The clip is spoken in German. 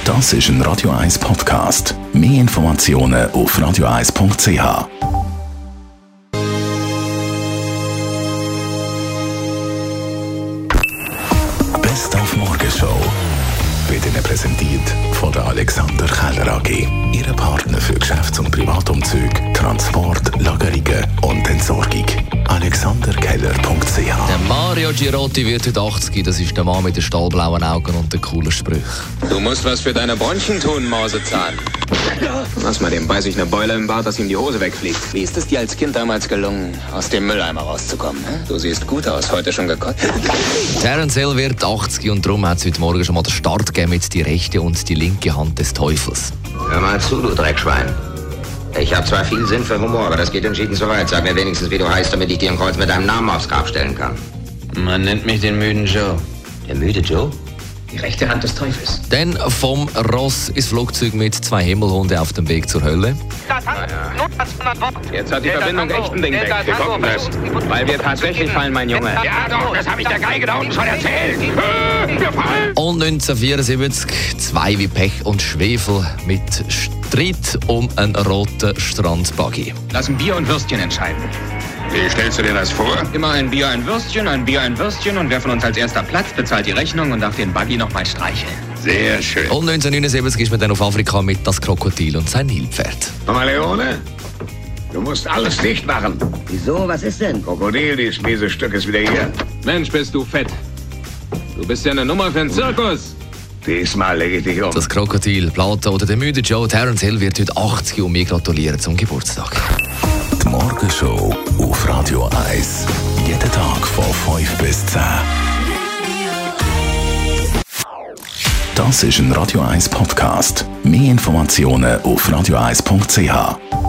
Das ist ein Radio 1 Podcast. Mehr Informationen auf radio1.ch. Best auf Morgenshow wird Ihnen präsentiert von der Alexander Keller AG. Ihre Partner für Geschäfts- und Privatumzüge, Transport, Lagerungen und Entsorgung. alexanderkeller.ch. Der Mario Girotti wird heute 80. Das ist der Mann mit den stahlblauen Augen und den coolen Sprüchen. Du musst was für deine Bronchien tun, Mausezahn. Lass mal dem Beiß ich eine Beule im Bart, dass ihm die Hose wegfliegt. Wie ist es dir als Kind damals gelungen, aus dem Mülleimer rauszukommen? Du siehst gut aus, heute schon gekotzt. Terence Hill wird 80 und darum hat es heute Morgen schon mal den Start gegeben mit die rechte und die linke Hand des Teufels. Hör mal zu, du Dreckschwein. Ich habe zwar viel Sinn für Humor, aber das geht entschieden zu weit. Sag mir wenigstens, wie du heißt, damit ich dir ein Kreuz mit deinem Namen aufs Grab stellen kann. Man nennt mich den müden Joe. Der müde Joe? Die rechte Hand des Teufels. Dann vom Ross ins Flugzeug mit 2 Himmelhunden auf dem Weg zur Hölle. Jetzt hat die Verbindung echt ein Ding weg. Wir gucken das. Weil wir tatsächlich fallen, mein Junge. Ja doch, das habe ich der Geige da unten schon erzählt. Wir fallen. Und 1974 2 wie Pech und Schwefel mit Streit um einen roten Strandbuggy. Lass ein Bier und Würstchen entscheiden. Wie stellst du dir das vor? Immer ein Bier, ein Würstchen, ein Bier, ein Würstchen. Und wer von uns als erster Platz bezahlt die Rechnung und darf den Buggy nochmal streicheln. Sehr schön. Und 1979 ist man dann auf Afrika mit das Krokodil und sein Nilpferd. Mama Leone, du musst alles dicht machen. Wieso? Was ist denn? Krokodil, dieses miese Stück ist wieder hier. Mensch, bist du fett. Du bist ja eine Nummer für den Zirkus. Diesmal lege ich dich um. Das Krokodil, Plato oder der müde Joe, Terence Hill wird heute 80 und wir gratulieren zum Geburtstag. Die Morgenshow auf Radio 1. Jeden Tag von 5 bis 10. Das ist ein Radio 1 Podcast. Mehr Informationen auf radio1.ch.